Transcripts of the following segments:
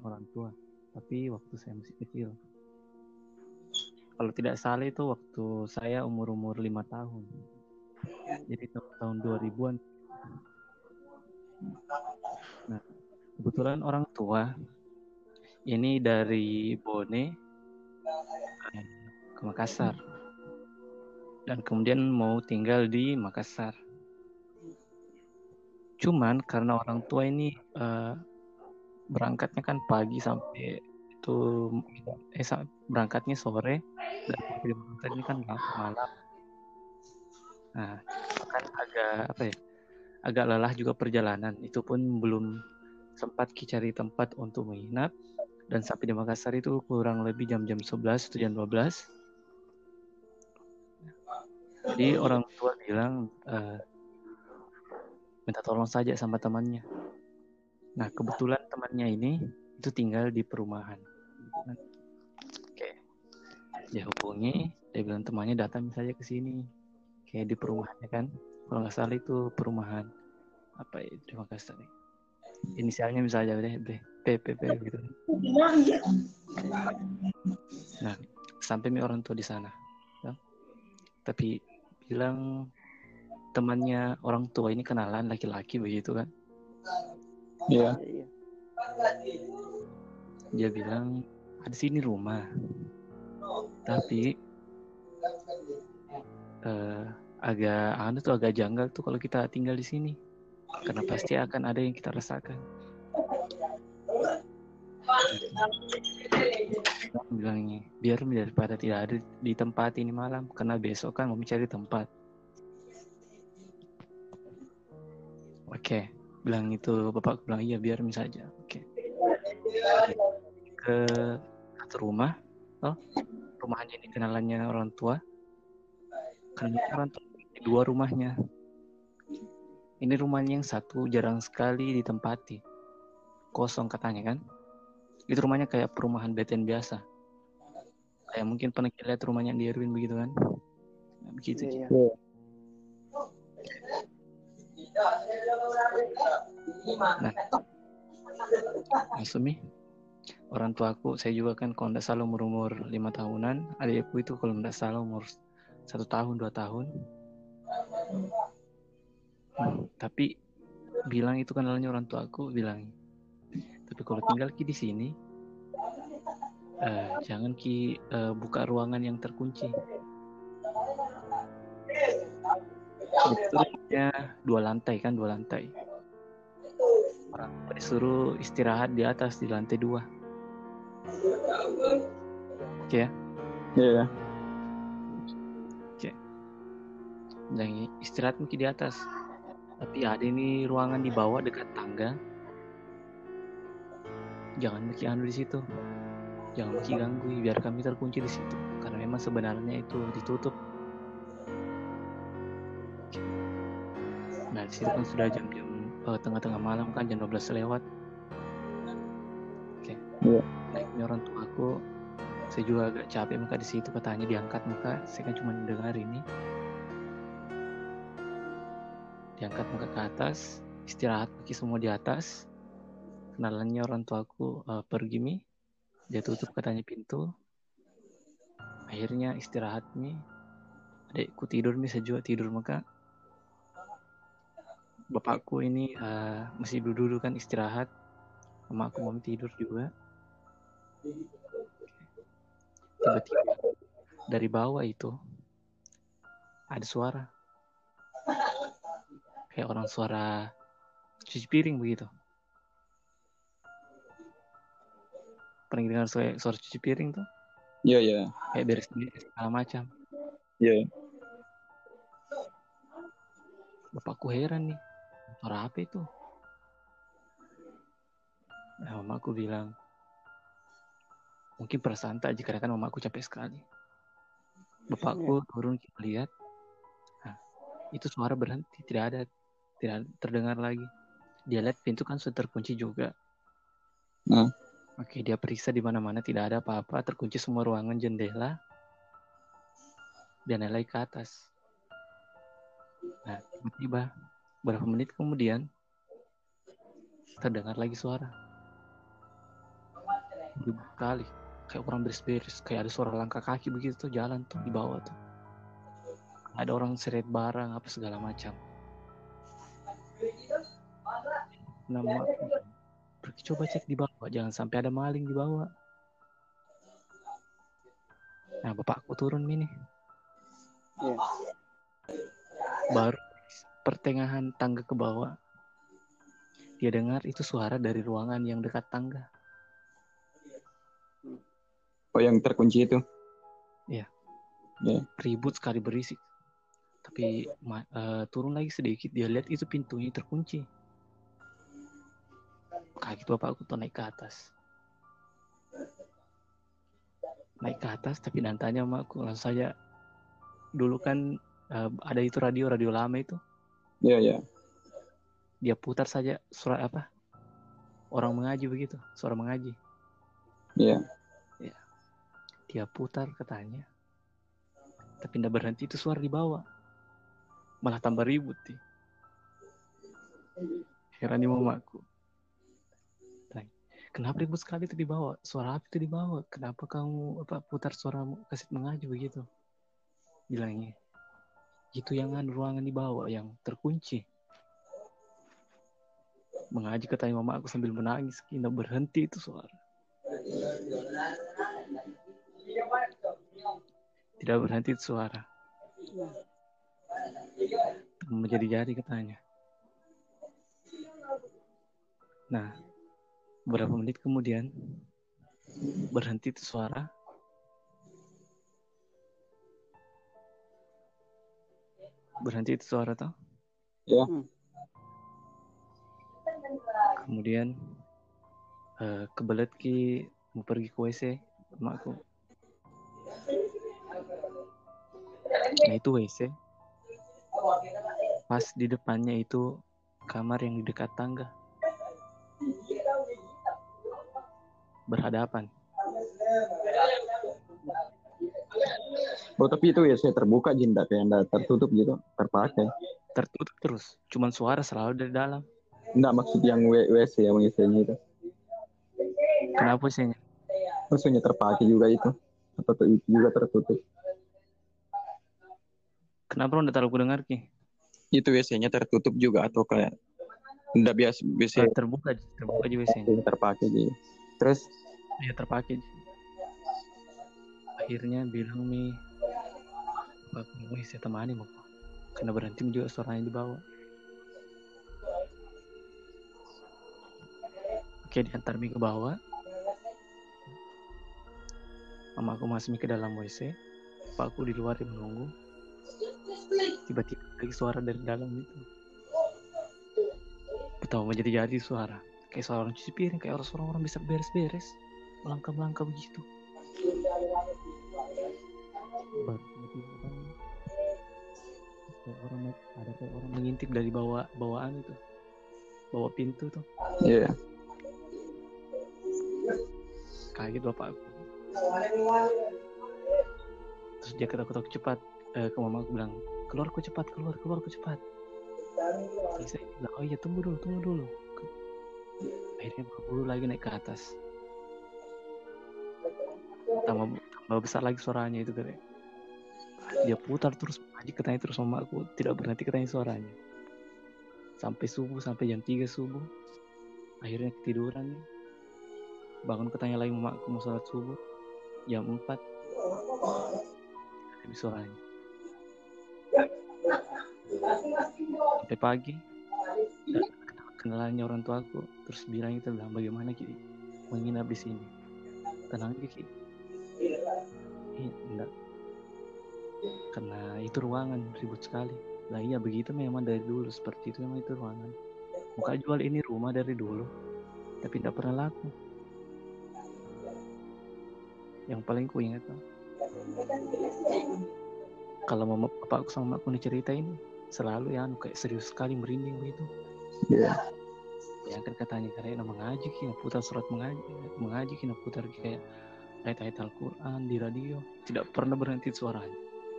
orang tua, tapi waktu saya masih kecil. Kalau tidak salah itu waktu saya umur 5 tahun. Jadi tahun 2000-an. Nah, kebetulan orang tua ini dari Bone ke Makassar. Dan kemudian mau tinggal di Makassar. Cuman karena orang tua ini berangkatnya kan pagi sampai itu berangkatnya sore dan sampai di Makassar ini kan malam. Nah, kan agak lelah juga perjalanan. Itu pun belum sempat cari tempat untuk menginap, dan sampai di Makassar itu kurang lebih jam 11 atau jam 12. Jadi orang tua bilang minta tolong saja sama temannya. Nah, kebetulan temannya ini itu tinggal di perumahan. Oke. Dia hubungi, dia bilang temannya datang saja ke sini. Kayak di perumahannya kan. Kalau nggak salah itu perumahan apa ya di Makassar. Inisialnya misalnya deh PPP gitu. Nah, sampai orang tua di sana. Ya. Tapi bilang temannya orang tua ini kenalan laki-laki begitu kan. Iya. Dia bilang ada sini rumah. Tapi agak janggal tuh kalau kita tinggal di sini. Karena pasti akan ada yang kita rasakan. Bilangnya biar daripada tidak ada di tempat ini malam, karena besok kan mau mencari tempat. Oke, bilang itu bapak bilang iya biar saja. Oke. Ke satu rumah, rumahnya ini kenalannya orang tua. Kenalannya orang tua dua rumahnya. Ini rumahnya yang satu jarang sekali ditempati, kosong katanya kan. Itu rumahnya kayak perumahan BTN biasa. Kayak mungkin pernah lihat rumahnya di Erwin begitu kan. Nah, begitu. Iya. Nah, langsung nih orang tuaku, saya juga kan kalau tidak salah umur 5 tahunan, adikku itu kalau tidak salah umur 1 tahun 2 tahun. Tapi bilang itu kenalannya orang tuaku, bilang tapi kalau tinggal ki di sini jangan ki buka ruangan yang terkunci. Itu rumahnya 2 lantai kan, 2 lantai. Orang tua disuruh istirahat di atas di lantai 2. Oke ya? Iya. Oke. Jangan istirahat mungkin di atas. Tapi ada ini ruangan di bawah dekat tangga. Jangan mungkin di situ. Jangan mungkin ganggu, biar kami terkunci di situ. Karena memang sebenarnya itu ditutup. Nah, di situ kan sudah jam-jam tengah-tengah malam kan, jam 12 lewat. Oke. Iya. Nah, ini orang tua aku, saya juga agak capek maka di situ katanya diangkat muka. Saya kan cuma dengar ini. Diangkat muka ke atas, istirahat mungkin semua di atas. Kenalannya orang tuaku pergi nih. Dia tutup katanya pintu. Akhirnya istirahat nih. Adekku tidur nih, saya juga tidur maka. Bapakku ini masih duduk kan istirahat. Mamaku mau tidur juga. Tiba-tiba dari bawah itu ada suara. Kayak orang suara cuci piring begitu. Pernah dengar suara cuci piring tuh? Iya. Kayak beres-beres segala macam. Iya. Bapakku heran nih. Suara apa itu? Nah, mamaku bilang, mungkin perasaan tak jika kan mamaku capek sekali. Bapakku turun lihat. Nah, itu suara berhenti, tidak terdengar lagi. Dia lihat pintu kan sudah terkunci juga. Oke, dia periksa di mana-mana tidak ada apa-apa, terkunci semua ruangan, jendela. Dan naik ke atas. Nah, tiba-tiba berapa menit kemudian terdengar lagi suara. ribut sekali, kayak orang beres-beres, kayak ada suara langkah kaki begitu tuh jalan tuh di bawah tuh, ada orang seret barang apa segala macam. Nama aku pergi coba cek di bawah, jangan sampai ada maling di bawah. Nah bapakku turun ini, Iya. baru pertengahan tangga ke bawah, dia dengar itu suara dari ruangan yang dekat tangga. Oh, yang terkunci itu. Iya. Iya. Ribut sekali, berisik. Tapi turun lagi sedikit, dia lihat itu pintunya terkunci. Kaget bapakku tuh naik ke atas. Naik ke atas, tapi dan tanya sama aku, langsung saja. Dulu kan ada itu radio lama itu. Iya, iya. Dia putar saja suara apa? Orang mengaji begitu, suara mengaji. Iya. Ya. Dia putar katanya. Tapi tidak berhenti itu suara di bawah. Malah tambah ribut sih. Heran mamaku. Kenapa ribut sekali itu di bawah? Suara apa itu di bawah? Kenapa kamu putar suara kaset mengaji begitu? Bilangnya. Itu yang ruangan di bawah yang terkunci. Mengaji katanya mama aku sambil menangis. Tidak berhenti itu suara. Tidak berhenti itu suara. Menjadi-jadi katanya. Nah, beberapa menit kemudian berhenti itu suara. Berhenti itu suara toh? Iya. Kemudian kebelet ki mau pergi ke WC emakku. Nah itu WC. Pas di depannya itu kamar yang di dekat tangga. Berhadapan. Oh, tapi itu ya saya terbuka jindak kayak enggak tertutup gitu, terpakai. Tertutup terus. Cuman suara selalu dari dalam. Enggak, maksud yang WC yang WC-nya itu. Kenapa sih? Maksudnya terpakai juga itu. Atau itu juga tertutup. Kenapa lo udah taruh dengar ki? Itu WC-nya tertutup juga atau kayak enggak biasa WC terbuka aja WC-nya. terpakai gitu. Terus ya terpakai. Akhirnya bilang nih, aku mau isi temani mau, karena berhenti juga suaranya di bawah. Oke, diantar mi ke bawah. Mama aku masuk ke dalam WC, aku di luar menunggu. Tiba-tiba lagi suara dari dalam itu. Tahu menjadi suara. Kayak suara orang cuci piring, kayak orang bisa beres-beres. Melangkah-melangkah begitu. Baru tiba-tiba kayak orang mengintip dari bawaan itu. Bawah pintu tuh. Iya. Yeah. Kaget bapak aku. Terus dia ketok-ketok cepat ke mama aku bilang, keluar ku cepat. Terus saya bilang, oh iya tunggu dulu. Akhirnya buru lagi naik ke atas. Tambah besar lagi suaranya itu katanya. Dia putar terus, mengaji katanya terus mama aku, tidak berhenti katanya suaranya. Sampai subuh, sampai jam 3 subuh. Akhirnya ketiduran nih. Bangun katanya lagi mama aku mau sholat subuh. Jam 4. Habis suaranya. Sampai pagi. Kenalannya orang tua aku. Terus bilang bagaimana Ki menginap di sini. Tenang aja Ki. Enggak. Karena itu ruangan ribut sekali. Lah iya begitu memang dari dulu, seperti itu memang itu ruangan. Muka jual ini rumah dari dulu, tapi tidak pernah laku. Yang paling ku ingat tuh, kalau mama papa aku sama aku cerita ini selalu ya kayak serius sekali, merinding begitu. Iya. Ya kan katanya karena mengaji, kina putar surat mengaji, kina putar kayak ayat-ayat Al-Quran di radio, tidak pernah berhenti suaranya.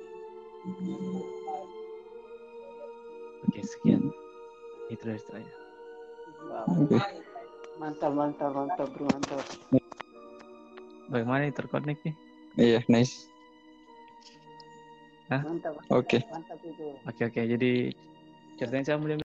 Oke, sekian. Itu dari saya. Wow. Mantap bro, mantap. Bagaimana nih terkonek nih? Iya, nice. Hah? Mantap. Oke. Mantap itu. Oke. Jadi ceritanya saya mulai